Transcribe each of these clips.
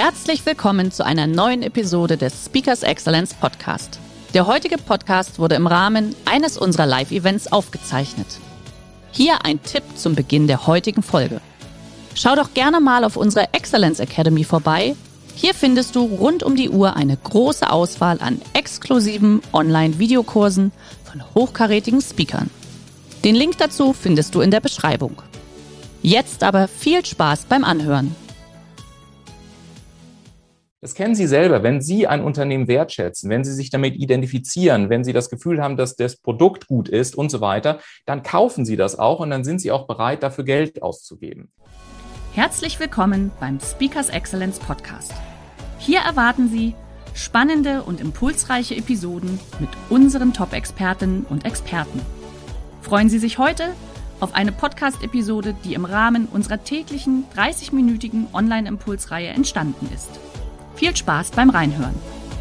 Herzlich willkommen zu einer neuen Episode des Speakers Excellence Podcast. Der heutige Podcast wurde im Rahmen eines unserer Live-Events aufgezeichnet. Hier ein Tipp zum Beginn der heutigen Folge. Schau doch gerne mal auf unserer Excellence Academy vorbei. Hier findest du rund um die Uhr eine große Auswahl an exklusiven Online-Videokursen von hochkarätigen Speakern. Den Link dazu findest du in der Beschreibung. Jetzt aber viel Spaß beim Anhören. Das kennen Sie selber, wenn Sie ein Unternehmen wertschätzen, wenn Sie sich damit identifizieren, wenn Sie das Gefühl haben, dass das Produkt gut ist und so weiter, dann kaufen Sie das auch und dann sind Sie auch bereit, dafür Geld auszugeben. Herzlich willkommen beim Speakers Excellence Podcast. Hier erwarten Sie spannende und impulsreiche Episoden mit unseren Top-Expertinnen und Experten. Freuen Sie sich heute auf eine Podcast-Episode, die im Rahmen unserer täglichen 30-minütigen Online-Impulsreihe entstanden ist. Viel Spaß beim Reinhören.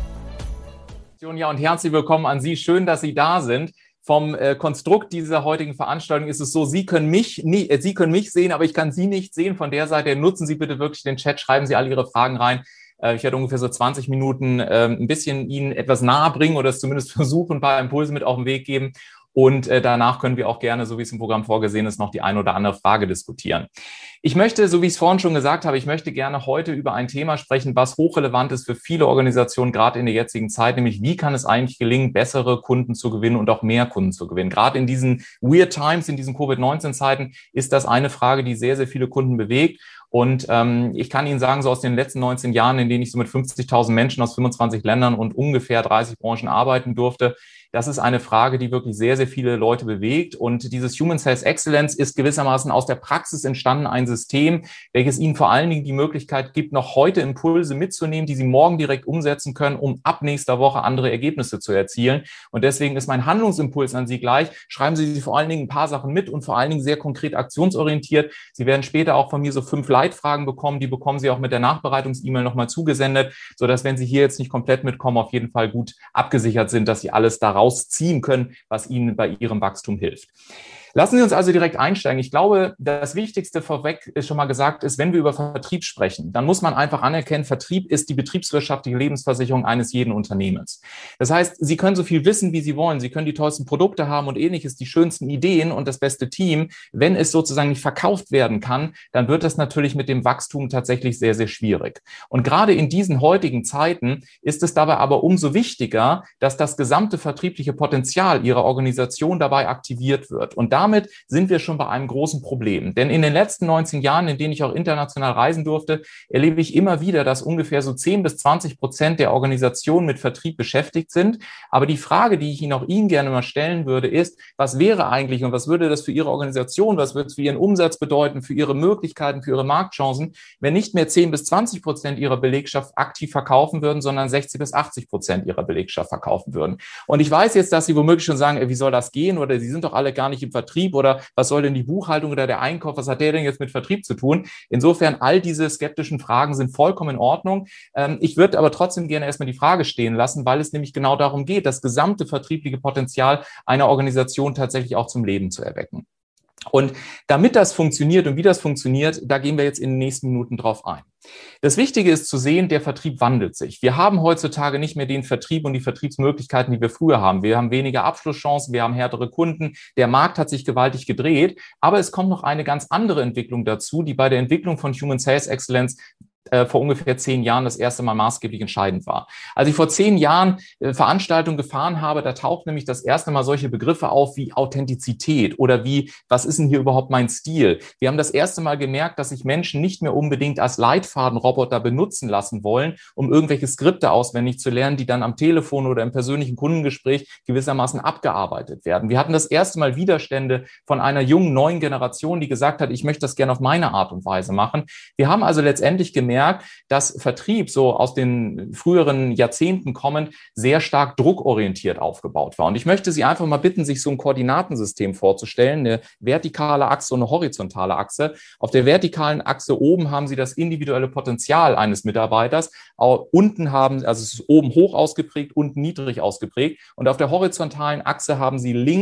Ja, und herzlich willkommen an Sie. Schön, dass Sie da sind. Vom Konstrukt dieser heutigen Veranstaltung ist es so, Sie können mich sehen, aber ich kann Sie nicht sehen. Von der Seite nutzen Sie bitte wirklich den Chat, schreiben Sie all Ihre Fragen rein. Ich werde ungefähr so 20 Minuten ein bisschen Ihnen etwas nahe bringen oder es zumindest versuchen, ein paar Impulse mit auf den Weg geben. Und danach können wir auch gerne, so wie es im Programm vorgesehen ist, noch die eine oder andere Frage diskutieren. Ich möchte, so wie ich es vorhin schon gesagt habe, ich möchte gerne heute über ein Thema sprechen, was hochrelevant ist für viele Organisationen, gerade in der jetzigen Zeit, nämlich wie kann es eigentlich gelingen, bessere Kunden zu gewinnen und auch mehr Kunden zu gewinnen. Gerade in diesen Weird Times, in diesen Covid-19-Zeiten ist das eine Frage, die sehr, sehr viele Kunden bewegt. Und ich kann Ihnen sagen, so aus den letzten 19 Jahren, in denen ich so mit 50.000 Menschen aus 25 Ländern und ungefähr 30 Branchen arbeiten durfte, das ist eine Frage, die wirklich sehr, sehr viele Leute bewegt. Und dieses Human Sales Excellence ist gewissermaßen aus der Praxis entstanden, ein System, welches Ihnen vor allen Dingen die Möglichkeit gibt, noch heute Impulse mitzunehmen, die Sie morgen direkt umsetzen können, um ab nächster Woche andere Ergebnisse zu erzielen. Und deswegen ist mein Handlungsimpuls an Sie gleich. Schreiben Sie sich vor allen Dingen ein paar Sachen mit und vor allen Dingen sehr konkret aktionsorientiert. Sie werden später auch von mir so 5 Leitfragen bekommen. Die bekommen Sie auch mit der Nachbereitungs-E-Mail nochmal zugesendet, sodass, wenn Sie hier jetzt nicht komplett mitkommen, auf jeden Fall gut abgesichert sind, dass Sie alles daraus ziehen können, was Ihnen bei Ihrem Wachstum hilft. Lassen Sie uns also direkt einsteigen. Ich glaube, das Wichtigste vorweg ist schon mal gesagt ist, wenn wir über Vertrieb sprechen, dann muss man einfach anerkennen, Vertrieb ist die betriebswirtschaftliche Lebensversicherung eines jeden Unternehmens. Das heißt, Sie können so viel wissen, wie Sie wollen. Sie können die tollsten Produkte haben und ähnliches, die schönsten Ideen und das beste Team. Wenn es sozusagen nicht verkauft werden kann, dann wird das natürlich mit dem Wachstum tatsächlich sehr, sehr schwierig. Und gerade in diesen heutigen Zeiten ist es dabei aber umso wichtiger, dass das gesamte vertriebliche Potenzial Ihrer Organisation dabei aktiviert wird. Und damit sind wir schon bei einem großen Problem. Denn in den letzten 19 Jahren, in denen ich auch international reisen durfte, erlebe ich immer wieder, dass ungefähr so 10-20% der Organisationen mit Vertrieb beschäftigt sind. Aber die Frage, die ich Ihnen gerne mal stellen würde, ist, was wäre eigentlich und was würde das für Ihre Organisation, was würde es für Ihren Umsatz bedeuten, für Ihre Möglichkeiten, für Ihre Marktchancen, wenn nicht mehr 10-20% Ihrer Belegschaft aktiv verkaufen würden, sondern 60-80% Ihrer Belegschaft verkaufen würden. Und ich weiß jetzt, dass Sie womöglich schon sagen, wie soll das gehen oder Sie sind doch alle gar nicht im Vertrieb oder was soll denn die Buchhaltung oder der Einkauf, was hat der denn jetzt mit Vertrieb zu tun? Insofern, all diese skeptischen Fragen sind vollkommen in Ordnung. Ich würde aber trotzdem gerne erstmal die Frage stehen lassen, weil es nämlich genau darum geht, das gesamte vertriebliche Potenzial einer Organisation tatsächlich auch zum Leben zu erwecken. Und damit das funktioniert und wie das funktioniert, da gehen wir jetzt in den nächsten Minuten drauf ein. Das Wichtige ist zu sehen, der Vertrieb wandelt sich. Wir haben heutzutage nicht mehr den Vertrieb und die Vertriebsmöglichkeiten, die wir früher haben. Wir haben weniger Abschlusschancen, wir haben härtere Kunden, der Markt hat sich gewaltig gedreht, aber es kommt noch eine ganz andere Entwicklung dazu, die bei der Entwicklung von Human Sales Excellence vor ungefähr 10 Jahren das erste Mal maßgeblich entscheidend war. Als ich vor 10 Jahren Veranstaltungen gefahren habe, da taucht nämlich das erste Mal solche Begriffe auf wie Authentizität oder wie, was ist denn hier überhaupt mein Stil? Wir haben das erste Mal gemerkt, dass sich Menschen nicht mehr unbedingt als Leitfadenroboter benutzen lassen wollen, um irgendwelche Skripte auswendig zu lernen, die dann am Telefon oder im persönlichen Kundengespräch gewissermaßen abgearbeitet werden. Wir hatten das erste Mal Widerstände von einer jungen, neuen Generation, die gesagt hat, ich möchte das gerne auf meine Art und Weise machen. Wir haben also letztendlich gemerkt, dass Vertrieb so aus den früheren Jahrzehnten kommend sehr stark druckorientiert aufgebaut war. Und ich möchte Sie einfach mal bitten, sich so ein Koordinatensystem vorzustellen, eine vertikale Achse und eine horizontale Achse. Auf der vertikalen Achse oben haben Sie das individuelle Potenzial eines Mitarbeiters. Unten haben, also es ist oben hoch ausgeprägt, unten niedrig ausgeprägt. Und auf der horizontalen Achse haben Sie links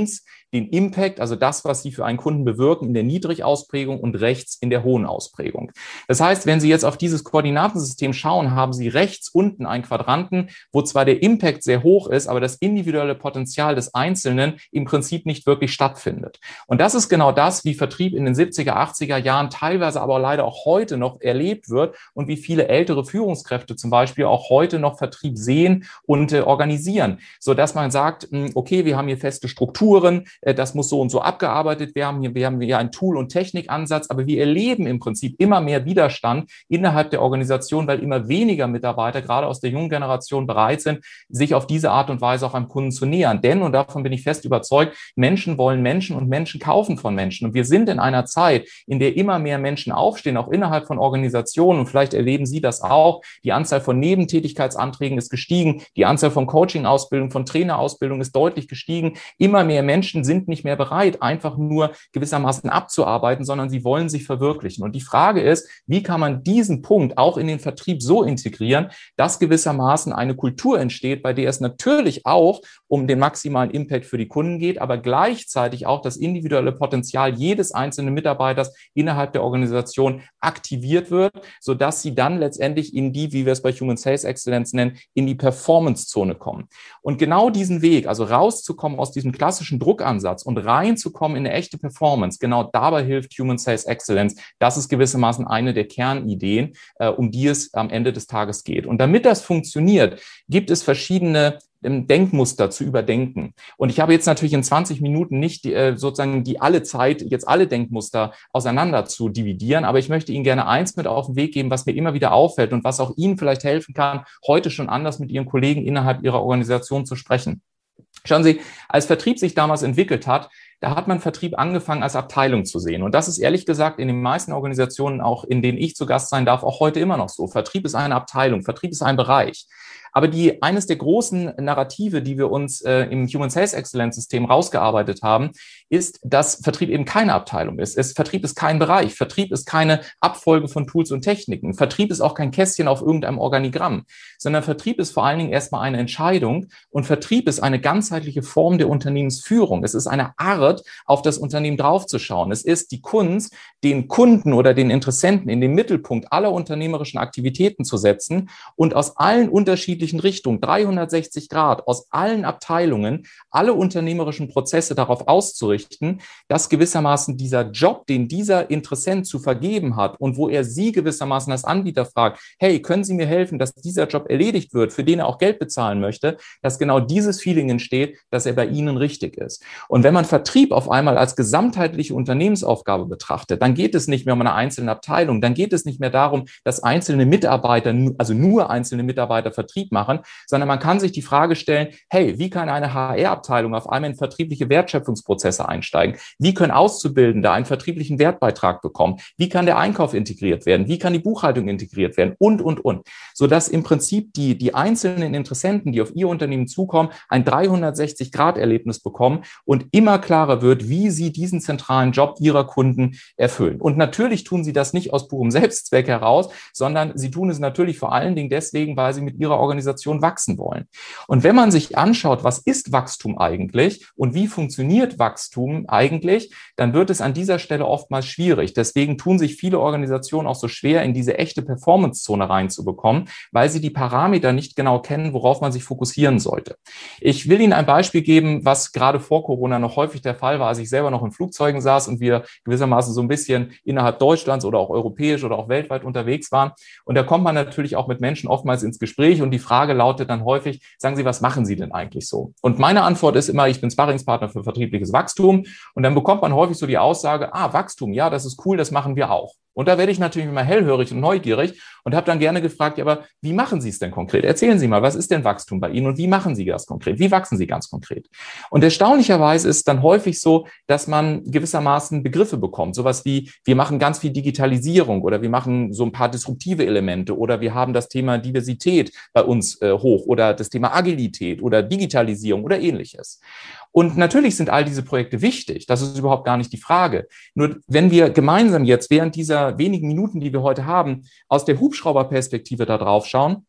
den Impact, also das, was Sie für einen Kunden bewirken, in der Niedrigausprägung und rechts in der hohen Ausprägung. Das heißt, wenn Sie jetzt auf dieses Koordinatensystem schauen, haben Sie rechts unten einen Quadranten, wo zwar der Impact sehr hoch ist, aber das individuelle Potenzial des Einzelnen im Prinzip nicht wirklich stattfindet. Und das ist genau das, wie Vertrieb in den 70er, 80er Jahren teilweise aber leider auch heute noch erlebt wird und wie viele ältere Führungskräfte zum Beispiel auch heute noch Vertrieb sehen und organisieren, sodass man sagt, okay, wir haben hier feste Strukturen, das muss so und so abgearbeitet werden, wir haben hier einen Tool- und Technikansatz, aber wir erleben im Prinzip immer mehr Widerstand innerhalb der Organisation, weil immer weniger Mitarbeiter, gerade aus der jungen Generation, bereit sind, sich auf diese Art und Weise auch einem Kunden zu nähern. Denn, und davon bin ich fest überzeugt, Menschen wollen Menschen und Menschen kaufen von Menschen. Und wir sind in einer Zeit, in der immer mehr Menschen aufstehen, auch innerhalb von Organisationen. Und vielleicht erleben Sie das auch. Die Anzahl von Nebentätigkeitsanträgen ist gestiegen. Die Anzahl von Coaching-Ausbildung, von Trainerausbildung ist deutlich gestiegen. Immer mehr Menschen sind nicht mehr bereit, einfach nur gewissermaßen abzuarbeiten, sondern sie wollen sich verwirklichen. Und die Frage ist, wie kann man diesen Punkt auch in den Vertrieb so integrieren, dass gewissermaßen eine Kultur entsteht, bei der es natürlich auch um den maximalen Impact für die Kunden geht, aber gleichzeitig auch das individuelle Potenzial jedes einzelnen Mitarbeiters innerhalb der Organisation aktiviert wird, sodass sie dann letztendlich in die, wie wir es bei Human Sales Excellence nennen, in die Performance-Zone kommen. Und genau diesen Weg, also rauszukommen aus diesem klassischen Druckansatz und reinzukommen in eine echte Performance, genau dabei hilft Human Sales Excellence. Das ist gewissermaßen eine der Kernideen, um die es am Ende des Tages geht. Und damit das funktioniert, gibt es verschiedene Denkmuster zu überdenken. Und ich habe jetzt natürlich in 20 Minuten nicht sozusagen die alle Zeit, jetzt alle Denkmuster auseinander zu dividieren, aber ich möchte Ihnen gerne eins mit auf den Weg geben, was mir immer wieder auffällt und was auch Ihnen vielleicht helfen kann, heute schon anders mit Ihren Kollegen innerhalb Ihrer Organisation zu sprechen. Schauen Sie, als Vertrieb sich damals entwickelt hat, da hat man Vertrieb angefangen als Abteilung zu sehen. Und das ist ehrlich gesagt in den meisten Organisationen, auch in denen ich zu Gast sein darf, auch heute immer noch so. Vertrieb ist eine Abteilung, Vertrieb ist ein Bereich. Aber eines der großen Narrative, die wir uns im Human Sales Excellence System rausgearbeitet haben, ist, dass Vertrieb eben keine Abteilung ist. Vertrieb ist kein Bereich. Vertrieb ist keine Abfolge von Tools und Techniken. Vertrieb ist auch kein Kästchen auf irgendeinem Organigramm, sondern Vertrieb ist vor allen Dingen erstmal eine Entscheidung und Vertrieb ist eine ganzheitliche Form der Unternehmensführung. Es ist eine Art, auf das Unternehmen draufzuschauen. Es ist die Kunst, den Kunden oder den Interessenten in den Mittelpunkt aller unternehmerischen Aktivitäten zu setzen und aus allen unterschiedlichen Richtungen, 360 Grad, aus allen Abteilungen, alle unternehmerischen Prozesse darauf auszurichten, dass gewissermaßen dieser Job, den dieser Interessent zu vergeben hat und wo er Sie gewissermaßen als Anbieter fragt, hey, können Sie mir helfen, dass dieser Job erledigt wird, für den er auch Geld bezahlen möchte, dass genau dieses Feeling entsteht, dass er bei Ihnen richtig ist. Und wenn man Vertrieb auf einmal als gesamtheitliche Unternehmensaufgabe betrachtet, dann geht es nicht mehr um eine einzelne Abteilung, dann geht es nicht mehr darum, dass einzelne Mitarbeiter, also nur einzelne Mitarbeiter Vertrieb machen, sondern man kann sich die Frage stellen, hey, wie kann eine HR-Abteilung auf einmal in vertriebliche Wertschöpfungsprozesse einsteigen? Wie können Auszubildende einen vertrieblichen Wertbeitrag bekommen? Wie kann der Einkauf integriert werden? Wie kann die Buchhaltung integriert werden? Und. Sodass im Prinzip die einzelnen Interessenten, die auf ihr Unternehmen zukommen, ein 360-Grad-Erlebnis bekommen und immer klarer wird, wie sie diesen zentralen Job ihrer Kunden erfüllen. Und natürlich tun sie das nicht aus purem Selbstzweck heraus, sondern sie tun es natürlich vor allen Dingen deswegen, weil sie mit ihrer Organisation wachsen wollen. Und wenn man sich anschaut, was ist Wachstum eigentlich und wie funktioniert Wachstum eigentlich, dann wird es an dieser Stelle oftmals schwierig. Deswegen tun sich viele Organisationen auch so schwer, in diese echte Performance-Zone reinzubekommen, weil sie die Parameter nicht genau kennen, worauf man sich fokussieren sollte. Ich will Ihnen ein Beispiel geben, was gerade vor Corona noch häufig der Fall war, als ich selber noch in Flugzeugen saß und wir gewissermaßen so ein bisschen innerhalb Deutschlands oder auch europäisch oder auch weltweit unterwegs waren. Und da kommt man natürlich auch mit Menschen oftmals ins Gespräch und die Frage lautet dann häufig, sagen Sie, was machen Sie denn eigentlich so? Und meine Antwort ist immer, ich bin Sparringspartner für vertriebliches Wachstum. Und dann bekommt man häufig so die Aussage, Wachstum, ja, das ist cool, das machen wir auch. Und da werde ich natürlich immer hellhörig und neugierig und habe dann gerne gefragt, ja, aber wie machen Sie es denn konkret? Erzählen Sie mal, was ist denn Wachstum bei Ihnen und wie machen Sie das konkret? Wie wachsen Sie ganz konkret? Und erstaunlicherweise ist dann häufig so, dass man gewissermaßen Begriffe bekommt. Sowas wie, wir machen ganz viel Digitalisierung oder wir machen so ein paar disruptive Elemente oder wir haben das Thema Diversität bei uns hoch oder das Thema Agilität oder Digitalisierung oder ähnliches. Und natürlich sind all diese Projekte wichtig. Das ist überhaupt gar nicht die Frage. Nur wenn wir gemeinsam jetzt während dieser wenigen Minuten, die wir heute haben, aus der Hubschrauberperspektive da drauf schauen,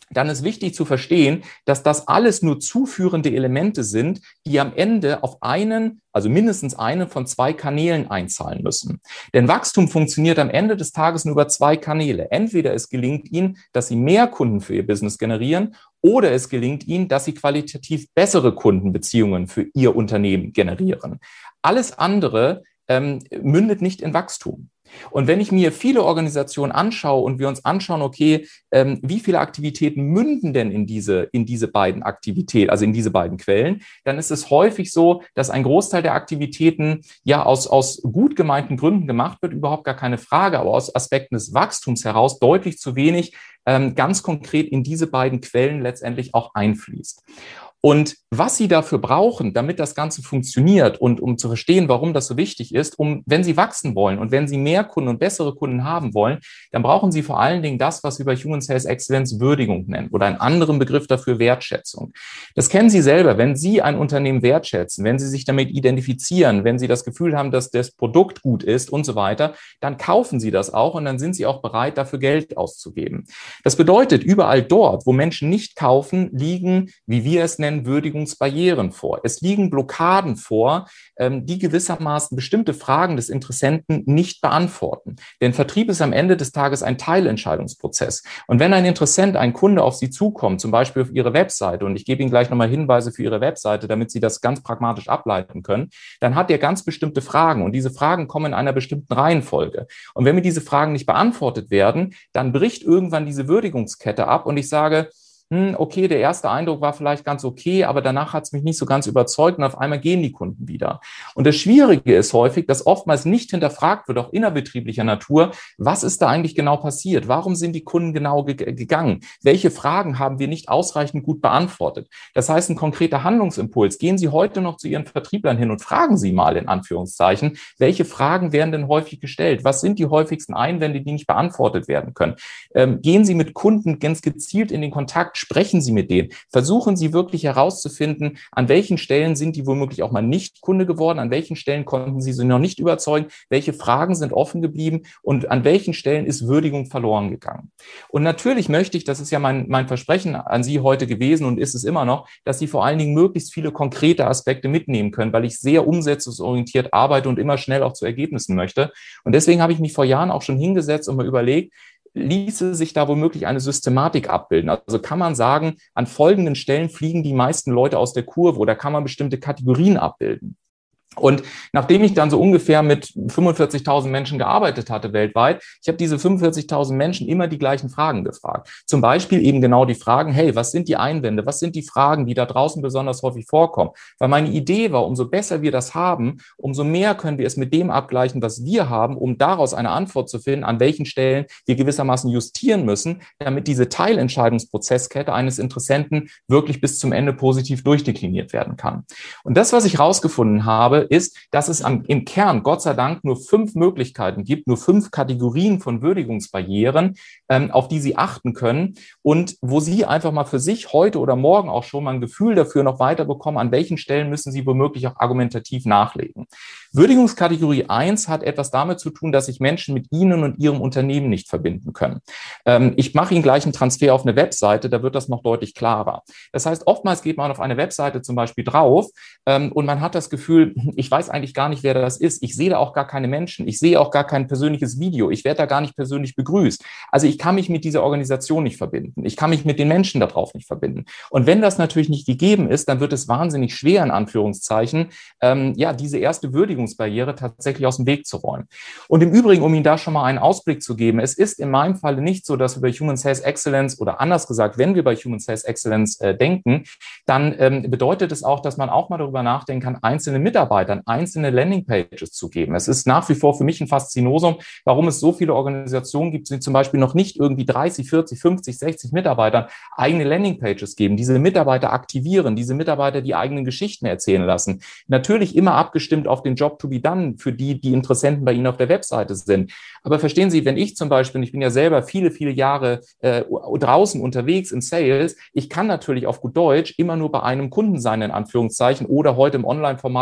dann ist wichtig zu verstehen, dass das alles nur zuführende Elemente sind, die am Ende auf einen, also mindestens einen von 2 Kanälen einzahlen müssen. Denn Wachstum funktioniert am Ende des Tages nur über 2 Kanäle. Entweder es gelingt Ihnen, dass Sie mehr Kunden für Ihr Business generieren, oder es gelingt Ihnen, dass Sie qualitativ bessere Kundenbeziehungen für Ihr Unternehmen generieren. Alles andere mündet nicht in Wachstum. Und wenn ich mir viele Organisationen anschaue und wir uns anschauen, okay, wie viele Aktivitäten münden denn in diese beiden Aktivitäten, also in diese beiden Quellen, dann ist es häufig so, dass ein Großteil der Aktivitäten ja aus gut gemeinten Gründen gemacht wird, überhaupt gar keine Frage, aber aus Aspekten des Wachstums heraus deutlich zu wenig ganz konkret in diese beiden Quellen letztendlich auch einfließt. Und was Sie dafür brauchen, damit das Ganze funktioniert und um zu verstehen, warum das so wichtig ist, wenn Sie wachsen wollen und wenn Sie mehr Kunden und bessere Kunden haben wollen, dann brauchen Sie vor allen Dingen das, was wir bei Human Sales Excellence Würdigung nennen oder einen anderen Begriff dafür Wertschätzung. Das kennen Sie selber. Wenn Sie ein Unternehmen wertschätzen, wenn Sie sich damit identifizieren, wenn Sie das Gefühl haben, dass das Produkt gut ist und so weiter, dann kaufen Sie das auch und dann sind Sie auch bereit, dafür Geld auszugeben. Das bedeutet, überall dort, wo Menschen nicht kaufen, liegen, wie wir es nennen, Würdigungsbarrieren vor. Es liegen Blockaden vor, die gewissermaßen bestimmte Fragen des Interessenten nicht beantworten. Denn Vertrieb ist am Ende des Tages ein Teilentscheidungsprozess. Und wenn ein Interessent, ein Kunde auf Sie zukommt, zum Beispiel auf Ihre Webseite, und ich gebe Ihnen gleich nochmal Hinweise für Ihre Webseite, damit Sie das ganz pragmatisch ableiten können, dann hat er ganz bestimmte Fragen und diese Fragen kommen in einer bestimmten Reihenfolge. Und wenn mir diese Fragen nicht beantwortet werden, dann bricht irgendwann diese Würdigungskette ab und ich sage, okay, der erste Eindruck war vielleicht ganz okay, aber danach hat es mich nicht so ganz überzeugt und auf einmal gehen die Kunden wieder. Und das Schwierige ist häufig, dass oftmals nicht hinterfragt wird, auch innerbetrieblicher Natur, was ist da eigentlich genau passiert? Warum sind die Kunden genau gegangen? Welche Fragen haben wir nicht ausreichend gut beantwortet? Das heißt, ein konkreter Handlungsimpuls. Gehen Sie heute noch zu Ihren Vertrieblern hin und fragen Sie mal in Anführungszeichen, welche Fragen werden denn häufig gestellt? Was sind die häufigsten Einwände, die nicht beantwortet werden können? Gehen Sie mit Kunden ganz gezielt in den Kontakt, sprechen Sie mit denen, versuchen Sie wirklich herauszufinden, an welchen Stellen sind die womöglich auch mal nicht Kunde geworden, an welchen Stellen konnten Sie noch nicht überzeugen, welche Fragen sind offen geblieben und an welchen Stellen ist Würdigung verloren gegangen. Und natürlich möchte ich, das ist ja mein Versprechen an Sie heute gewesen und ist es immer noch, dass Sie vor allen Dingen möglichst viele konkrete Aspekte mitnehmen können, weil ich sehr umsetzungsorientiert arbeite und immer schnell auch zu Ergebnissen möchte. Und deswegen habe ich mich vor Jahren auch schon hingesetzt und mal überlegt, ließe sich da womöglich eine Systematik abbilden. Also kann man sagen, an folgenden Stellen fliegen die meisten Leute aus der Kurve oder kann man bestimmte Kategorien abbilden. Und nachdem ich dann so ungefähr mit 45.000 Menschen gearbeitet hatte weltweit, ich habe diese 45.000 Menschen immer die gleichen Fragen gefragt. Zum Beispiel eben genau die Fragen, hey, was sind die Einwände, was sind die Fragen, die da draußen besonders häufig vorkommen? Weil meine Idee war, umso besser wir das haben, umso mehr können wir es mit dem abgleichen, was wir haben, um daraus eine Antwort zu finden, an welchen Stellen wir gewissermaßen justieren müssen, damit diese Teilentscheidungsprozesskette eines Interessenten wirklich bis zum Ende positiv durchdekliniert werden kann. Und das, was ich rausgefunden habe, ist, dass es im Kern, Gott sei Dank, nur 5 Möglichkeiten gibt, nur 5 Kategorien von Würdigungsbarrieren, auf die Sie achten können und wo Sie einfach mal für sich heute oder morgen auch schon mal ein Gefühl dafür noch weiter bekommen, an welchen Stellen müssen Sie womöglich auch argumentativ nachlegen. Würdigungskategorie 1 hat etwas damit zu tun, dass sich Menschen mit Ihnen und Ihrem Unternehmen nicht verbinden können. Ich mache Ihnen gleich einen Transfer auf eine Webseite, da wird das noch deutlich klarer. Das heißt, oftmals geht man auf eine Webseite zum Beispiel drauf und man hat das Gefühl, ich weiß eigentlich gar nicht, wer das ist. Ich sehe da auch gar keine Menschen. Ich sehe auch gar kein persönliches Video. Ich werde da gar nicht persönlich begrüßt. Also ich kann mich mit dieser Organisation nicht verbinden. Ich kann mich mit den Menschen darauf nicht verbinden. Und wenn das natürlich nicht gegeben ist, dann wird es wahnsinnig schwer, in Anführungszeichen, diese erste Würdigungsbarriere tatsächlich aus dem Weg zu räumen. Und im Übrigen, um Ihnen da schon mal einen Ausblick zu geben, es ist in meinem Falle nicht so, dass wir bei Human Sales Excellence oder anders gesagt, wenn wir bei Human Sales Excellence denken, dann bedeutet es auch, dass man auch mal darüber nachdenken kann, einzelne Mitarbeitern einzelne Landingpages zu geben. Es ist nach wie vor für mich ein Faszinosum, warum es so viele Organisationen gibt, die zum Beispiel noch nicht irgendwie 30, 40, 50, 60 Mitarbeitern eigene Landingpages geben, diese Mitarbeiter aktivieren, diese Mitarbeiter die eigenen Geschichten erzählen lassen. Natürlich immer abgestimmt auf den Job to be done, für die Interessenten bei Ihnen auf der Webseite sind. Aber verstehen Sie, wenn ich zum Beispiel, ich bin ja selber viele, viele Jahre draußen unterwegs in Sales, ich kann natürlich auf gut Deutsch immer nur bei einem Kunden sein, in Anführungszeichen, oder heute im Online-Format bei ein paar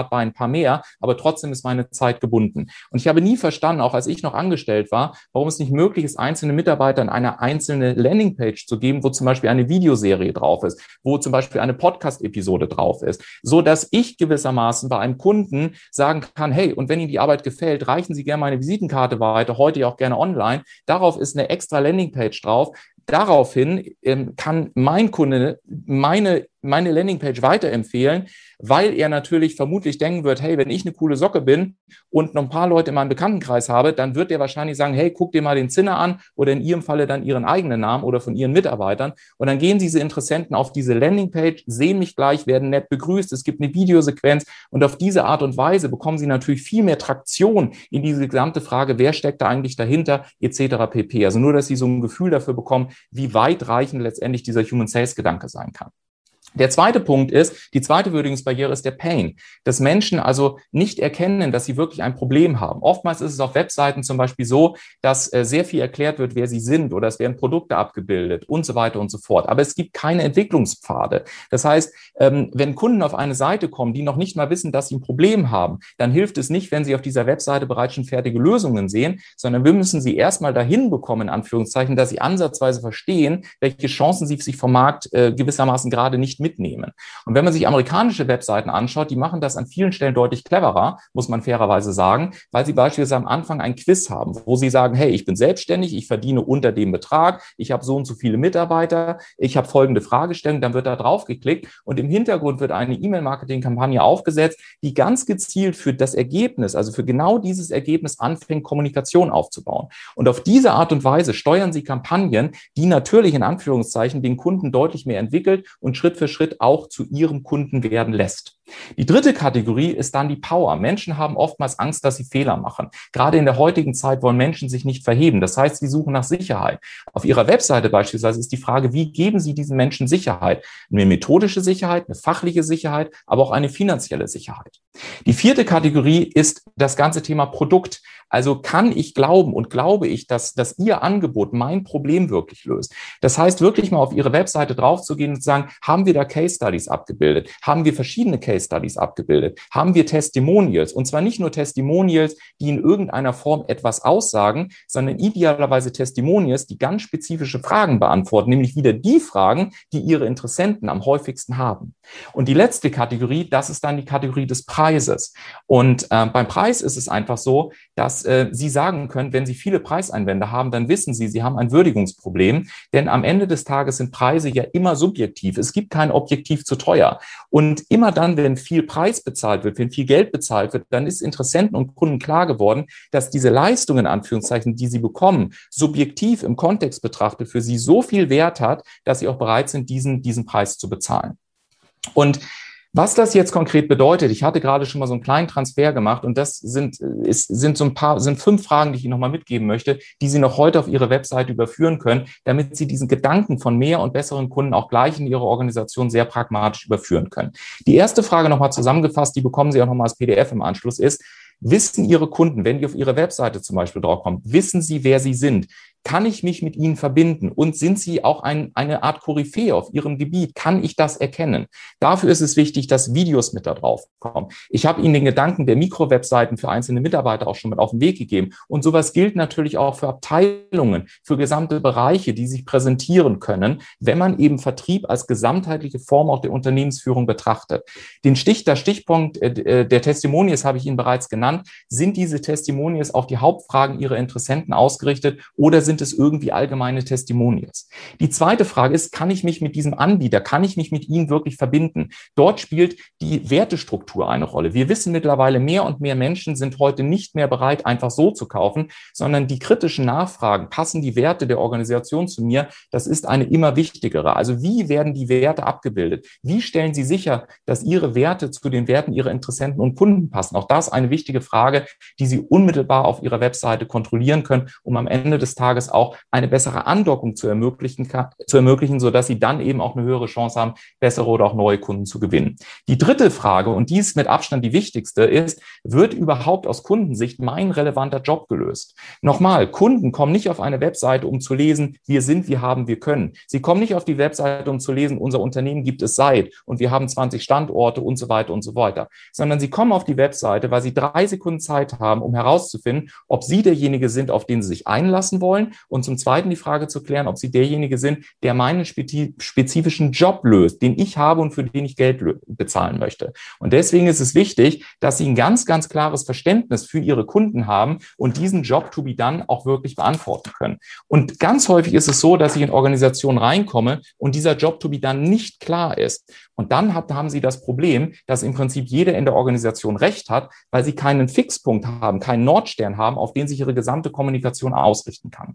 paar mehr, aber trotzdem ist meine Zeit gebunden. Und ich habe nie verstanden, auch als ich noch angestellt war, warum es nicht möglich ist, einzelne Mitarbeitern eine einzelne Landingpage zu geben, wo zum Beispiel eine Videoserie drauf ist, wo zum Beispiel eine Podcast-Episode drauf ist, so dass ich gewissermaßen bei einem Kunden sagen kann, hey, und wenn Ihnen die Arbeit gefällt, reichen Sie gerne meine Visitenkarte weiter, heute ja auch gerne online. Darauf ist eine extra Landingpage drauf. Daraufhin kann mein Kunde meine Landingpage weiterempfehlen, weil er natürlich vermutlich denken wird, hey, wenn ich eine coole Socke bin und noch ein paar Leute in meinem Bekanntenkreis habe, dann wird er wahrscheinlich sagen, hey, guck dir mal den Zinner an oder in Ihrem Falle dann Ihren eigenen Namen oder von Ihren Mitarbeitern. Und dann gehen diese Interessenten auf diese Landingpage, sehen mich gleich, werden nett begrüßt, es gibt eine Videosequenz und auf diese Art und Weise bekommen sie natürlich viel mehr Traktion in diese gesamte Frage, wer steckt da eigentlich dahinter, etc. pp. Also nur, dass sie so ein Gefühl dafür bekommen, wie weitreichend letztendlich dieser Human Sales Gedanke sein kann. Der zweite Punkt ist, die zweite Würdigungsbarriere ist der Pain, dass Menschen also nicht erkennen, dass sie wirklich ein Problem haben. Oftmals ist es auf Webseiten zum Beispiel so, dass sehr viel erklärt wird, wer sie sind oder es werden Produkte abgebildet und so weiter und so fort. Aber es gibt keine Entwicklungspfade. Das heißt, wenn Kunden auf eine Seite kommen, die noch nicht mal wissen, dass sie ein Problem haben, dann hilft es nicht, wenn sie auf dieser Webseite bereits schon fertige Lösungen sehen, sondern wir müssen sie erstmal dahin bekommen, in Anführungszeichen, dass sie ansatzweise verstehen, welche Chancen sie sich vom Markt gewissermaßen gerade nicht mitnehmen. Und wenn man sich amerikanische Webseiten anschaut, die machen das an vielen Stellen deutlich cleverer, muss man fairerweise sagen, weil sie beispielsweise am Anfang ein Quiz haben, wo sie sagen, hey, ich bin selbstständig, ich verdiene unter dem Betrag, ich habe so und so viele Mitarbeiter, ich habe folgende Fragestellung, dann wird da drauf geklickt und im Hintergrund wird eine E-Mail-Marketing-Kampagne aufgesetzt, die ganz gezielt für das Ergebnis, also für genau dieses Ergebnis anfängt, Kommunikation aufzubauen. Und auf diese Art und Weise steuern sie Kampagnen, die natürlich in Anführungszeichen den Kunden deutlich mehr entwickelt und Schritt für Schritt auch zu ihrem Kunden werden lässt. Die dritte Kategorie ist dann die Power. Menschen haben oftmals Angst, dass sie Fehler machen. Gerade in der heutigen Zeit wollen Menschen sich nicht verheben. Das heißt, sie suchen nach Sicherheit. Auf ihrer Webseite beispielsweise ist die Frage, wie geben Sie diesen Menschen Sicherheit? Eine methodische Sicherheit, eine fachliche Sicherheit, aber auch eine finanzielle Sicherheit. Die vierte Kategorie ist das ganze Thema Produkt. Also kann ich glauben und glaube ich, dass Ihr Angebot mein Problem wirklich löst. Das heißt, wirklich mal auf Ihre Webseite draufzugehen und zu sagen, haben wir da Case Studies abgebildet? Haben wir verschiedene Case Studies abgebildet? Haben wir Testimonials? Und zwar nicht nur Testimonials, die in irgendeiner Form etwas aussagen, sondern idealerweise Testimonials, die ganz spezifische Fragen beantworten, nämlich wieder die Fragen, die Ihre Interessenten am häufigsten haben. Und die letzte Kategorie, das ist dann die Kategorie des Preises. Und beim Preis ist es einfach so, dass Sie sagen können, wenn Sie viele Preiseinwände haben, dann wissen Sie haben ein Würdigungsproblem, denn am Ende des Tages sind Preise ja immer subjektiv. Es gibt kein Objektiv zu teuer. Und immer dann, wenn viel Preis bezahlt wird, wenn viel Geld bezahlt wird, dann ist Interessenten und Kunden klar geworden, dass diese Leistungen, in Anführungszeichen, die sie bekommen, subjektiv im Kontext betrachtet für sie so viel Wert hat, dass sie auch bereit sind, diesen Preis zu bezahlen. Und was das jetzt konkret bedeutet, ich hatte gerade schon mal so einen kleinen Transfer gemacht und das sind 5 Fragen, die ich Ihnen nochmal mitgeben möchte, die Sie noch heute auf Ihre Webseite überführen können, damit Sie diesen Gedanken von mehr und besseren Kunden auch gleich in Ihre Organisation sehr pragmatisch überführen können. Die erste Frage nochmal zusammengefasst, die bekommen Sie auch nochmal als PDF im Anschluss, ist, wissen Ihre Kunden, wenn die auf Ihre Webseite zum Beispiel draufkommen, wissen Sie, wer Sie sind? Kann ich mich mit Ihnen verbinden? Und sind Sie auch eine Art Koryphäe auf Ihrem Gebiet? Kann ich das erkennen? Dafür ist es wichtig, dass Videos mit da drauf kommen. Ich habe Ihnen den Gedanken der Mikrowebseiten für einzelne Mitarbeiter auch schon mit auf den Weg gegeben. Und sowas gilt natürlich auch für Abteilungen, für gesamte Bereiche, die sich präsentieren können, wenn man eben Vertrieb als gesamtheitliche Form auch der Unternehmensführung betrachtet. Der Stichpunkt der Testimonials habe ich Ihnen bereits genannt. Sind diese Testimonials auf die Hauptfragen Ihrer Interessenten ausgerichtet oder sind es irgendwie allgemeine Testimonials? Die zweite Frage ist, kann ich mich mit diesem Anbieter, kann ich mich mit Ihnen wirklich verbinden? Dort spielt die Wertestruktur eine Rolle. Wir wissen mittlerweile, mehr und mehr Menschen sind heute nicht mehr bereit, einfach so zu kaufen, sondern die kritischen Nachfragen, passen die Werte der Organisation zu mir? Das ist eine immer wichtigere. Also wie werden die Werte abgebildet? Wie stellen Sie sicher, dass Ihre Werte zu den Werten Ihrer Interessenten und Kunden passen? Auch das eine wichtige Frage, die Sie unmittelbar auf Ihrer Webseite kontrollieren können, um am Ende des Tages Tages auch eine bessere Andockung zu ermöglichen, sodass sie dann eben auch eine höhere Chance haben, bessere oder auch neue Kunden zu gewinnen. Die dritte Frage, und die ist mit Abstand die wichtigste, ist, wird überhaupt aus Kundensicht mein relevanter Job gelöst? Nochmal, Kunden kommen nicht auf eine Webseite, um zu lesen, wir sind, wir haben, wir können. Sie kommen nicht auf die Webseite, um zu lesen, unser Unternehmen gibt es seit und wir haben 20 Standorte und so weiter, sondern sie kommen auf die Webseite, weil sie 3 Sekunden Zeit haben, um herauszufinden, ob sie derjenige sind, auf den sie sich einlassen wollen, und zum Zweiten die Frage zu klären, ob sie derjenige sind, der meinen spezifischen Job löst, den ich habe und für den ich Geld bezahlen möchte. Und deswegen ist es wichtig, dass sie ein ganz, ganz klares Verständnis für ihre Kunden haben und diesen Job to be done auch wirklich beantworten können. Und ganz häufig ist es so, dass ich in Organisationen reinkomme und dieser Job to be done nicht klar ist. Und dann haben sie das Problem, dass im Prinzip jeder in der Organisation recht hat, weil sie keinen Fixpunkt haben, keinen Nordstern haben, auf den sich ihre gesamte Kommunikation ausrichten kann.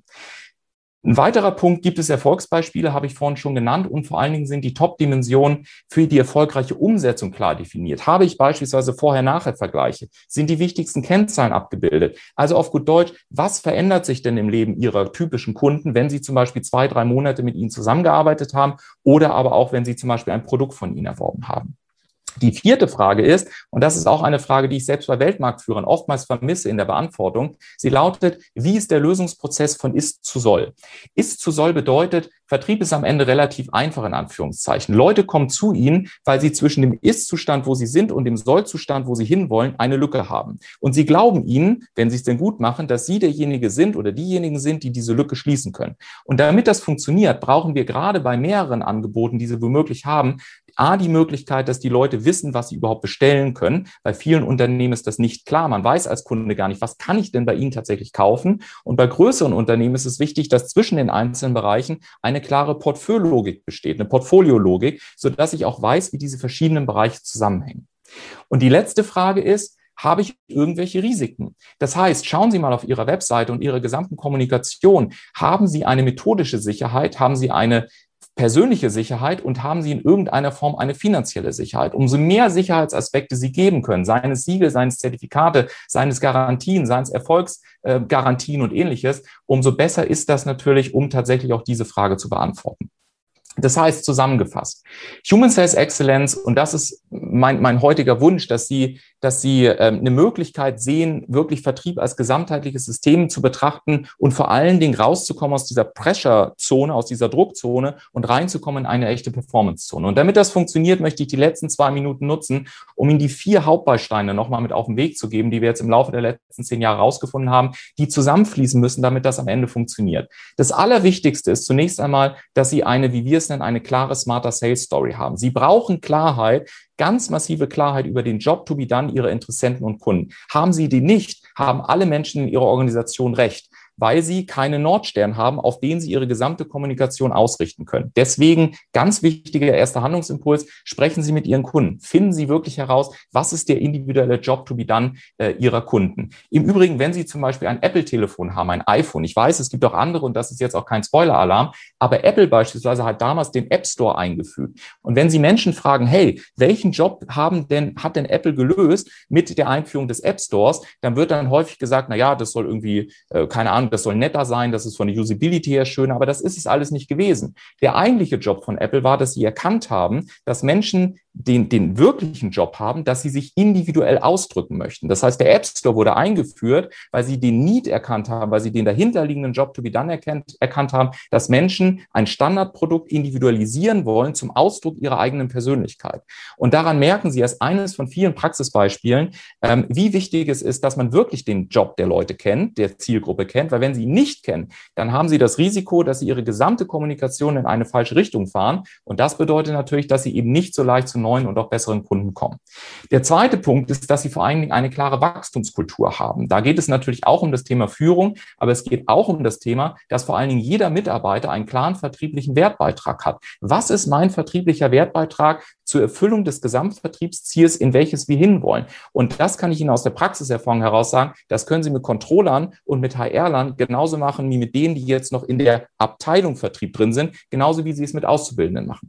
Ein weiterer Punkt, gibt es Erfolgsbeispiele, habe ich vorhin schon genannt, und vor allen Dingen sind die Top-Dimensionen für die erfolgreiche Umsetzung klar definiert. Habe ich beispielsweise Vorher-Nachher-Vergleiche? Sind die wichtigsten Kennzahlen abgebildet? Also auf gut Deutsch, was verändert sich denn im Leben Ihrer typischen Kunden, wenn Sie zum Beispiel 2, 3 Monate mit Ihnen zusammengearbeitet haben oder aber auch, wenn Sie zum Beispiel ein Produkt von Ihnen erworben haben? Die vierte Frage ist, und das ist auch eine Frage, die ich selbst bei Weltmarktführern oftmals vermisse in der Beantwortung, sie lautet, wie ist der Lösungsprozess von Ist zu Soll? Ist zu Soll bedeutet, Vertrieb ist am Ende relativ einfach in Anführungszeichen. Leute kommen zu Ihnen, weil sie zwischen dem Ist-Zustand, wo sie sind, und dem Soll-Zustand, wo sie hinwollen, eine Lücke haben. Und sie glauben Ihnen, wenn Sie es denn gut machen, dass Sie derjenige sind oder diejenigen sind, die diese Lücke schließen können. Und damit das funktioniert, brauchen wir gerade bei mehreren Angeboten, die Sie womöglich haben, die Möglichkeit, dass die Leute wissen, was sie überhaupt bestellen können. Bei vielen Unternehmen ist das nicht klar. Man weiß als Kunde gar nicht, was kann ich denn bei Ihnen tatsächlich kaufen? Und bei größeren Unternehmen ist es wichtig, dass zwischen den einzelnen Bereichen eine klare Portfoliologik besteht, eine Portfoliologik, sodass ich auch weiß, wie diese verschiedenen Bereiche zusammenhängen. Und die letzte Frage ist, habe ich irgendwelche Risiken? Das heißt, schauen Sie mal auf Ihrer Webseite und Ihrer gesamten Kommunikation. Haben Sie eine methodische Sicherheit? Haben Sie eine persönliche Sicherheit und haben Sie in irgendeiner Form eine finanzielle Sicherheit? Umso mehr Sicherheitsaspekte Sie geben können, seien es Siegel, seien es Zertifikate, seien es Garantien, seien es Erfolgsgarantien und Ähnliches, umso besser ist das natürlich, um tatsächlich auch diese Frage zu beantworten. Das heißt, zusammengefasst, Human Sales Excellence, und das ist mein heutiger Wunsch, dass Sie eine Möglichkeit sehen, wirklich Vertrieb als gesamtheitliches System zu betrachten und vor allen Dingen rauszukommen aus dieser Pressure-Zone, aus dieser Druckzone und reinzukommen in eine echte Performance-Zone. Und damit das funktioniert, möchte ich die letzten 2 Minuten nutzen, um Ihnen die 4 Hauptbausteine nochmal mit auf den Weg zu geben, die wir jetzt im Laufe der letzten 10 Jahre rausgefunden haben, die zusammenfließen müssen, damit das am Ende funktioniert. Das Allerwichtigste ist zunächst einmal, dass Sie wie wir es nennen, eine klare Smarter Sales Story haben. Sie brauchen Klarheit, ganz massive Klarheit über den Job to be done Ihrer Interessenten und Kunden. Haben Sie die nicht, haben alle Menschen in Ihrer Organisation recht, weil sie keine Nordstern haben, auf den sie ihre gesamte Kommunikation ausrichten können. Deswegen ganz wichtiger erster Handlungsimpuls, sprechen Sie mit Ihren Kunden. Finden Sie wirklich heraus, was ist der individuelle Job to be done Ihrer Kunden. Im Übrigen, wenn Sie zum Beispiel ein Apple-Telefon haben, ein iPhone, ich weiß, es gibt auch andere und das ist jetzt auch kein Spoiler-Alarm, aber Apple beispielsweise hat damals den App Store eingefügt. Und wenn Sie Menschen fragen, hey, welchen Job hat denn Apple gelöst mit der Einführung des App Stores, dann wird dann häufig gesagt, na ja, das soll irgendwie, keine Ahnung, das soll netter sein, das ist von der Usability her schön, aber das ist es alles nicht gewesen. Der eigentliche Job von Apple war, dass sie erkannt haben, dass Menschen den wirklichen Job haben, dass sie sich individuell ausdrücken möchten. Das heißt, der App Store wurde eingeführt, weil sie den Need erkannt haben, weil sie den dahinterliegenden Job to be done erkannt haben, dass Menschen ein Standardprodukt individualisieren wollen zum Ausdruck ihrer eigenen Persönlichkeit. Und daran merken Sie als eines von vielen Praxisbeispielen, wie wichtig es ist, dass man wirklich den Job der Leute kennt, der Zielgruppe kennt, weil wenn Sie ihn nicht kennen, dann haben Sie das Risiko, dass Sie Ihre gesamte Kommunikation in eine falsche Richtung fahren. Und das bedeutet natürlich, dass Sie eben nicht so leicht zu neuen und auch besseren Kunden kommen. Der zweite Punkt ist, dass Sie vor allen Dingen eine klare Wachstumskultur haben. Da geht es natürlich auch um das Thema Führung, aber es geht auch um das Thema, dass vor allen Dingen jeder Mitarbeiter einen klaren vertrieblichen Wertbeitrag hat. Was ist mein vertrieblicher Wertbeitrag zur Erfüllung des Gesamtvertriebsziels, in welches wir hinwollen? Und das kann ich Ihnen aus der Praxiserfahrung heraus sagen, das können Sie mit Controllern und mit HR-Lern genauso machen wie mit denen, die jetzt noch in der Abteilung Vertrieb drin sind, genauso wie Sie es mit Auszubildenden machen können.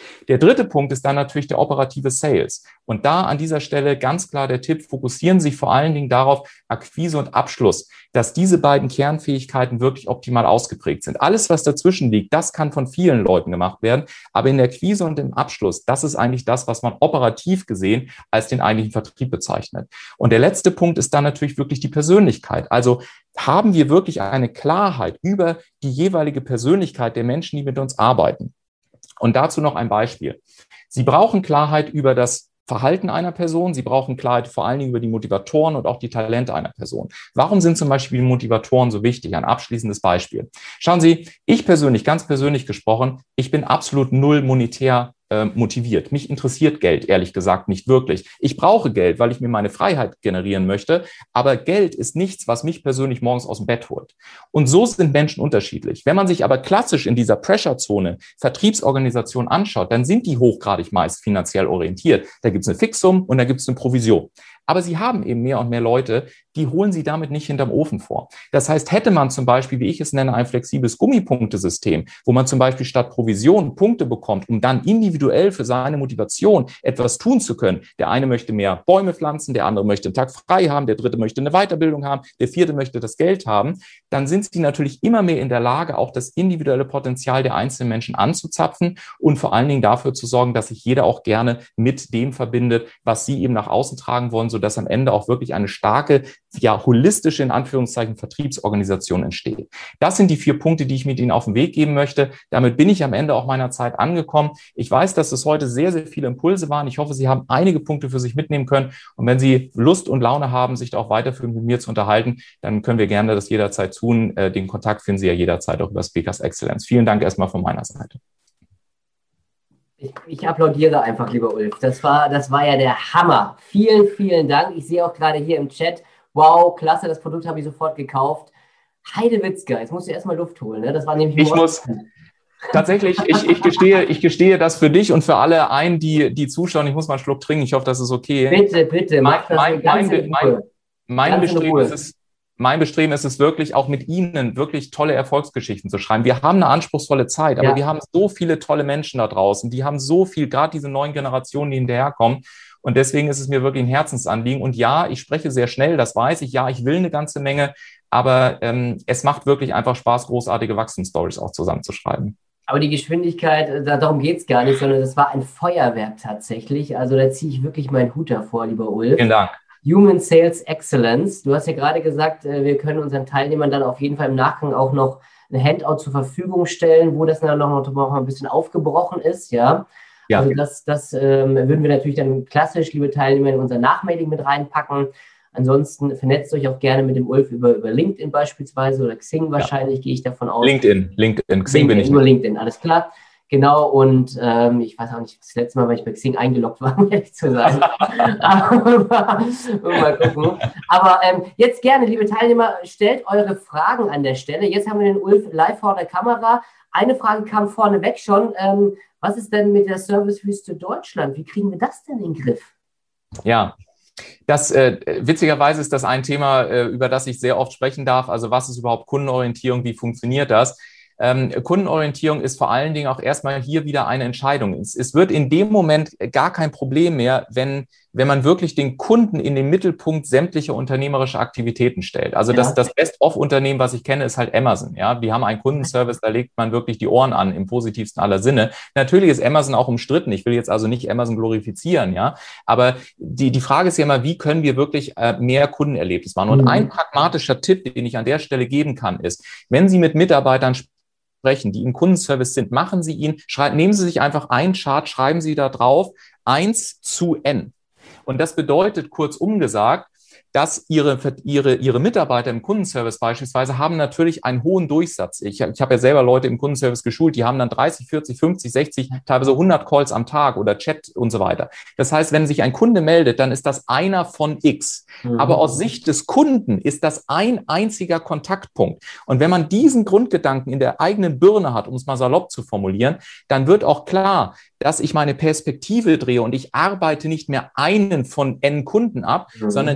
Der dritte Punkt ist dann natürlich der operative Sales. Und da an dieser Stelle ganz klar der Tipp, fokussieren Sie sich vor allen Dingen darauf, Akquise und Abschluss, dass diese beiden Kernfähigkeiten wirklich optimal ausgeprägt sind. Alles, was dazwischen liegt, das kann von vielen Leuten gemacht werden. Aber in der Akquise und im Abschluss, das ist eigentlich das, was man operativ gesehen als den eigentlichen Vertrieb bezeichnet. Und der letzte Punkt ist dann natürlich wirklich die Persönlichkeit. Also haben wir wirklich eine Klarheit über die jeweilige Persönlichkeit der Menschen, die mit uns arbeiten. Und dazu noch ein Beispiel. Sie brauchen Klarheit über das Verhalten einer Person. Sie brauchen Klarheit vor allen Dingen über die Motivatoren und auch die Talente einer Person. Warum sind zum Beispiel die Motivatoren so wichtig? Ein abschließendes Beispiel. Schauen Sie, ich persönlich, ganz persönlich gesprochen, ich bin absolut null monetär motiviert. Mich interessiert Geld, ehrlich gesagt, nicht wirklich. Ich brauche Geld, weil ich mir meine Freiheit generieren möchte. Aber Geld ist nichts, was mich persönlich morgens aus dem Bett holt. Und so sind Menschen unterschiedlich. Wenn man sich aber klassisch in dieser Pressure-Zone Vertriebsorganisation anschaut, dann sind die hochgradig meist finanziell orientiert. Da gibt es eine Fixum und da gibt es eine Provision. Aber sie haben eben mehr und mehr Leute, die holen sie damit nicht hinterm Ofen vor. Das heißt, hätte man zum Beispiel, wie ich es nenne, ein flexibles Gummipunktesystem, wo man zum Beispiel statt Provision Punkte bekommt, um dann individuell für seine Motivation etwas tun zu können. Der eine möchte mehr Bäume pflanzen, der andere möchte einen Tag frei haben, der dritte möchte eine Weiterbildung haben, der vierte möchte das Geld haben. Dann sind sie natürlich immer mehr in der Lage, auch das individuelle Potenzial der einzelnen Menschen anzuzapfen und vor allen Dingen dafür zu sorgen, dass sich jeder auch gerne mit dem verbindet, was sie eben nach außen tragen wollen, sodass am Ende auch wirklich eine starke, ja, holistische, in Anführungszeichen, Vertriebsorganisation entsteht. Das sind die 4 Punkte, die ich mit Ihnen auf den Weg geben möchte. Damit bin ich am Ende auch meiner Zeit angekommen. Ich weiß, dass es heute sehr, sehr viele Impulse waren. Ich hoffe, Sie haben einige Punkte für sich mitnehmen können. Und wenn Sie Lust und Laune haben, sich da auch weiterführend mit mir zu unterhalten, dann können wir gerne das jederzeit tun. Den Kontakt finden Sie ja jederzeit auch über Speakers Excellence. Vielen Dank erstmal von meiner Seite. Ich applaudiere einfach, lieber Ulf. Das war ja der Hammer. Vielen, vielen Dank. Ich sehe auch gerade hier im Chat, wow, klasse, das Produkt habe ich sofort gekauft. Heidewitzka, jetzt musst du erstmal Luft holen. Ne? Das war nämlich Tatsächlich, ich gestehe das für dich und für alle ein, die zuschauen. Ich muss mal einen Schluck trinken. Ich hoffe, das ist okay. Bitte. Mein Bestreben ist es wirklich, auch mit Ihnen wirklich tolle Erfolgsgeschichten zu schreiben. Wir haben eine anspruchsvolle Zeit, aber wir haben so viele tolle Menschen da draußen. Die haben so viel, gerade diese neuen Generationen, die hinterherkommen. Und deswegen ist es mir wirklich ein Herzensanliegen. Und ja, ich spreche sehr schnell, das weiß ich. Ja, ich will eine ganze Menge. Aber es macht wirklich einfach Spaß, großartige Wachstumsstories auch zusammenzuschreiben. Aber die Geschwindigkeit, darum geht es gar nicht, sondern das war ein Feuerwerk tatsächlich. Also da ziehe ich wirklich meinen Hut davor, lieber Ulf. Vielen Dank. Human Sales Excellence. Du hast ja gerade gesagt, wir können unseren Teilnehmern dann auf jeden Fall im Nachgang auch noch ein Handout zur Verfügung stellen, wo das dann noch mal ein bisschen aufgebrochen ist, ja. Also das würden wir natürlich dann klassisch, liebe Teilnehmer, in unser Nachmailing mit reinpacken. Ansonsten vernetzt euch auch gerne mit dem Ulf über LinkedIn beispielsweise oder Xing wahrscheinlich, gehe ich davon aus. LinkedIn, Xing bin ich nur LinkedIn, alles klar. Genau, und ich weiß auch nicht, das letzte Mal, weil ich bei Xing eingeloggt war, um ehrlich zu sein. Mal gucken. Aber jetzt gerne, liebe Teilnehmer, stellt eure Fragen an der Stelle. Jetzt haben wir den Ulf live vor der Kamera. Eine Frage kam vorneweg schon. Was ist denn mit der Servicewüste Deutschland? Wie kriegen wir das denn in den Griff? Ja, das witzigerweise ist das ein Thema, über das ich sehr oft sprechen darf. Also was ist überhaupt Kundenorientierung? Wie funktioniert das? Kundenorientierung ist vor allen Dingen auch erstmal hier wieder eine Entscheidung. Es wird in dem Moment gar kein Problem mehr, wenn man wirklich den Kunden in den Mittelpunkt sämtlicher unternehmerischer Aktivitäten stellt. Also das Best-of-Unternehmen, was ich kenne, ist halt Amazon. Ja, die haben einen Kundenservice, da legt man wirklich die Ohren an, im positivsten aller Sinne. Natürlich ist Amazon auch umstritten. Ich will jetzt also nicht Amazon glorifizieren, ja. Aber die Frage ist ja immer, wie können wir wirklich mehr Kundenerlebnis machen? Und ein pragmatischer Tipp, den ich an der Stelle geben kann, ist, wenn Sie mit Mitarbeitern sprechen, die im Kundenservice sind, machen Sie ihn, nehmen Sie sich einfach einen Chart, schreiben Sie da drauf 1:n. Und das bedeutet, kurzum gesagt, dass ihre Mitarbeiter im Kundenservice beispielsweise haben natürlich einen hohen Durchsatz. Ich habe ja selber Leute im Kundenservice geschult, die haben dann 30, 40, 50, 60, teilweise 100 Calls am Tag oder Chat und so weiter. Das heißt, wenn sich ein Kunde meldet, dann ist das einer von X. Aber aus Sicht des Kunden ist das ein einziger Kontaktpunkt. Und wenn man diesen Grundgedanken in der eigenen Birne hat, um es mal salopp zu formulieren, dann wird auch klar, dass ich meine Perspektive drehe und ich arbeite nicht mehr einen von N Kunden ab, sondern ich gebe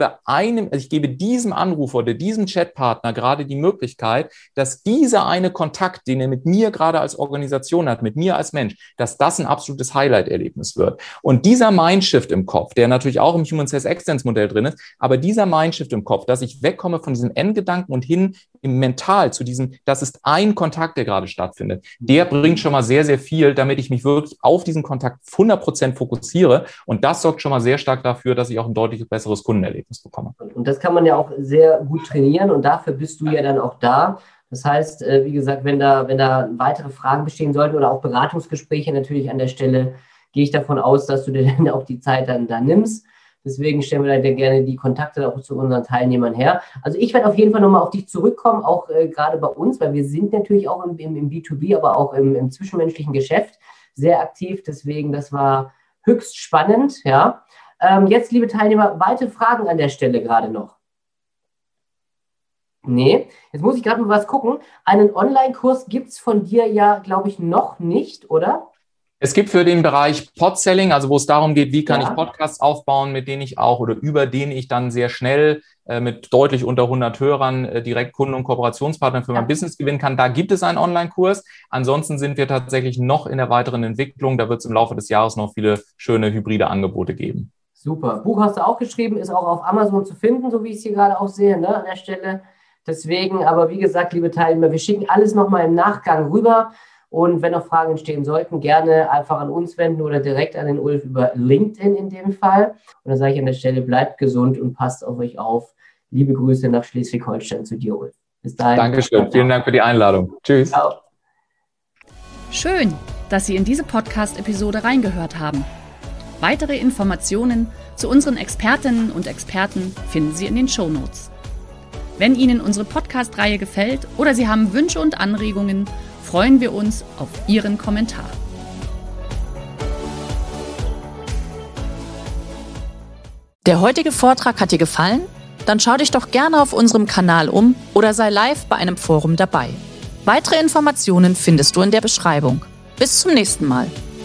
ich gebe diesem Anrufer oder diesem Chatpartner gerade die Möglichkeit, dass dieser eine Kontakt, den er mit mir gerade als Organisation hat, mit mir als Mensch, dass das ein absolutes Highlight-Erlebnis wird. Und dieser Mindshift im Kopf, der natürlich auch im Human Sales Excellence Modell drin ist, aber dieser Mindshift im Kopf, dass ich wegkomme von diesem Endgedanken und hin im Mental zu diesem, das ist ein Kontakt, der gerade stattfindet, der bringt schon mal sehr, sehr viel, damit ich mich wirklich auf diesen Kontakt 100% fokussiere. Und das sorgt schon mal sehr stark dafür, dass ich auch ein deutlich besseres Kundenerlebnis bekomme. Und das kann man ja auch sehr gut trainieren und dafür bist du ja dann auch da. Das heißt, wie gesagt, wenn da weitere Fragen bestehen sollten oder auch Beratungsgespräche natürlich an der Stelle, gehe ich davon aus, dass du dir dann auch die Zeit dann da nimmst. Deswegen stellen wir da gerne die Kontakte auch zu unseren Teilnehmern her. Also ich werde auf jeden Fall nochmal auf dich zurückkommen, auch gerade bei uns, weil wir sind natürlich auch im B2B, aber auch im zwischenmenschlichen Geschäft sehr aktiv. Deswegen, das war höchst spannend. Ja. Jetzt, liebe Teilnehmer, weitere Fragen an der Stelle gerade noch? Nee, jetzt muss ich gerade mal was gucken. Einen Online-Kurs gibt es von dir ja, glaube ich, noch nicht, oder? Es gibt für den Bereich Podselling, also wo es darum geht, wie kann ich Podcasts aufbauen, mit denen ich auch oder über denen ich dann sehr schnell mit deutlich unter 100 Hörern direkt Kunden und Kooperationspartner für mein Business gewinnen kann. Da gibt es einen Online-Kurs. Ansonsten sind wir tatsächlich noch in der weiteren Entwicklung. Da wird es im Laufe des Jahres noch viele schöne hybride Angebote geben. Super. Buch hast du auch geschrieben, ist auch auf Amazon zu finden, so wie ich es hier gerade auch sehe, ne, an der Stelle. Deswegen, aber wie gesagt, liebe Teilnehmer, wir schicken alles nochmal im Nachgang rüber. Und wenn noch Fragen entstehen sollten, gerne einfach an uns wenden oder direkt an den Ulf über LinkedIn in dem Fall. Und dann sage ich an der Stelle, bleibt gesund und passt auf euch auf. Liebe Grüße nach Schleswig-Holstein zu dir, Ulf. Bis dahin. Dankeschön. Vielen Dank für die Einladung. Tschüss. Ciao. Schön, dass Sie in diese Podcast-Episode reingehört haben. Weitere Informationen zu unseren Expertinnen und Experten finden Sie in den Shownotes. Wenn Ihnen unsere Podcast-Reihe gefällt oder Sie haben Wünsche und Anregungen, freuen wir uns auf Ihren Kommentar. Der heutige Vortrag hat dir gefallen? Dann schau dich doch gerne auf unserem Kanal um oder sei live bei einem Forum dabei. Weitere Informationen findest du in der Beschreibung. Bis zum nächsten Mal.